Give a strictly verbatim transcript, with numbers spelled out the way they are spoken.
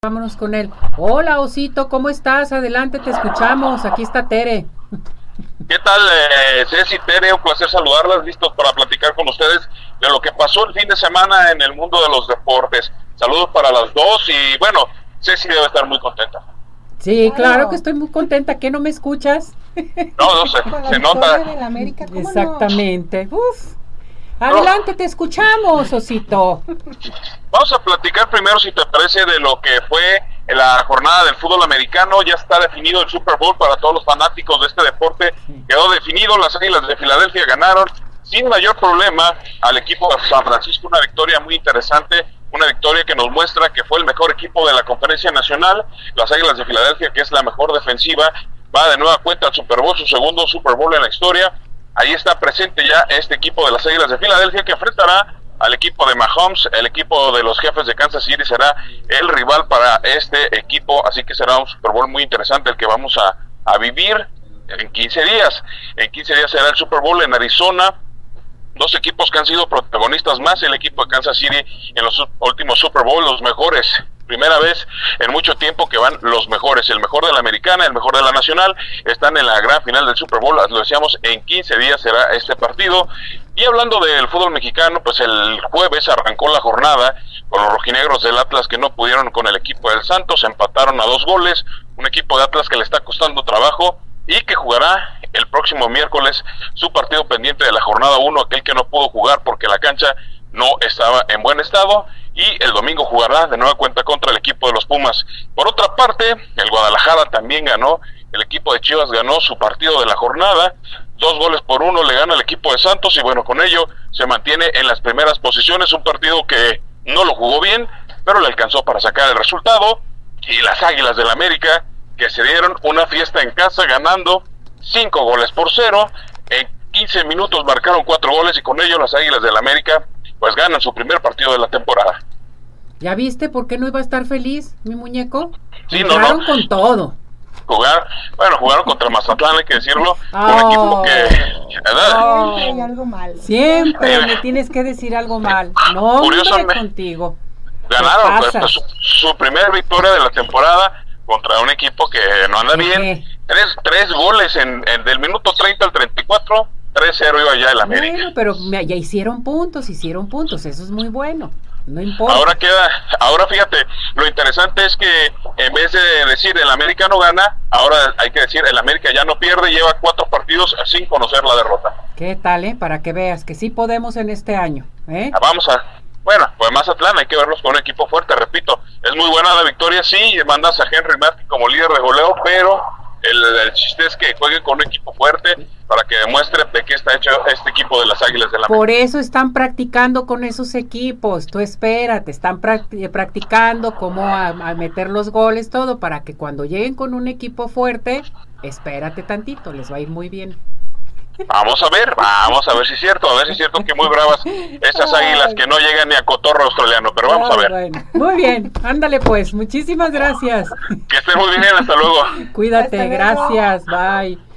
Vámonos con él. Hola, Osito, ¿cómo estás? Adelante, te escuchamos. Aquí está Tere. ¿Qué tal, eh, Ceci, Tere? Un placer saludarlas, listos para platicar con ustedes de lo que pasó el fin de semana en el mundo de los deportes. Saludos para las dos y, bueno, Ceci debe estar muy contenta. Sí, claro, claro que estoy muy contenta. ¿Qué no me escuchas? No, no, se, se nota. De la América, ¿cómo Exactamente. No? Uf. Adelante, no. Te escuchamos, Osito. Vamos a platicar primero, si te parece, de lo que fue la jornada del fútbol americano. Ya está definido el Super Bowl para todos los fanáticos de este deporte. Quedó definido, las Águilas de Filadelfia ganaron sin mayor problema al equipo de San Francisco. Una victoria muy interesante, una victoria que nos muestra que fue el mejor equipo de la Conferencia Nacional. Las Águilas de Filadelfia, que es la mejor defensiva, va de nueva cuenta al Super Bowl, su segundo Super Bowl en la historia. Ahí está presente ya este equipo de las Águilas de Filadelfia, que enfrentará al equipo de Mahomes. El equipo de los Jefes de Kansas City será el rival para este equipo, así que será un Super Bowl muy interesante el que vamos a, a vivir en quince días. En quince días será el Super Bowl en Arizona. Dos equipos que han sido protagonistas más, el equipo de Kansas City en los últimos Super Bowl, los mejores. Primera vez en mucho tiempo que van los mejores, el mejor de la americana, el mejor de la nacional, están en la gran final del Super Bowl. Lo decíamos, en quince días será este partido. Y hablando del fútbol mexicano, pues el jueves arrancó la jornada con los rojinegros del Atlas, que no pudieron con el equipo del Santos, empataron a dos goles, un equipo de Atlas que le está costando trabajo y que jugará el próximo miércoles su partido pendiente de la jornada uno, aquel que no pudo jugar porque la cancha no estaba en buen estado, y el domingo jugará de nueva cuenta contra el equipo de los Pumas. Por otra parte, el Guadalajara también ganó, el equipo de Chivas ganó su partido de la jornada, dos goles por uno le gana el equipo de Santos, y bueno, con ello se mantiene en las primeras posiciones, un partido que no lo jugó bien, pero le alcanzó para sacar el resultado. Y las Águilas del América, que se dieron una fiesta en casa ganando cinco goles por cero, en quince minutos marcaron cuatro goles, y con ello las Águilas del América pues ganan su primer partido de la temporada. ¿Ya viste por qué no iba a estar feliz, mi muñeco? Sí, no, no. con todo. Jugar, bueno, jugaron contra Mazatlán, hay que decirlo, oh, un equipo que... Oh, hay algo mal. Siempre eh, me tienes que decir algo mal. No, hombre, contigo. Ganaron pues, su, su primera victoria de la temporada contra un equipo que no anda bien. Tres, tres goles en, en del minuto treinta al treinta y cuatro, tres cero iba ya el América. Bueno, pero ya hicieron puntos, hicieron puntos, eso es muy bueno. No importa. Ahora queda, ahora fíjate, lo interesante es que en vez de decir el América no gana, ahora hay que decir el América ya no pierde, lleva cuatro partidos sin conocer la derrota. ¿Qué tal, eh? Para que veas que sí podemos en este año, ¿eh? Vamos a, bueno, pues Mazatlán hay que verlos con un equipo fuerte, repito, es muy buena la victoria, sí, mandas a Henry Martin como líder de goleo, pero el, el chiste es que jueguen con un equipo fuerte para que demuestre de qué está hecho este equipo de las Águilas de la América. Por eso están practicando con esos equipos, tú espérate, están practicando cómo a, a meter los goles, todo, para que cuando lleguen con un equipo fuerte, espérate tantito, les va a ir muy bien. Vamos a ver, vamos a ver si es cierto, a ver si es cierto que muy bravas esas Águilas que no llegan ni a cotorro australiano, pero vamos ah, a ver. Bueno. Muy bien, ándale pues, muchísimas gracias. Que estén muy bien, hasta luego. Cuídate, hasta luego. Gracias, bye.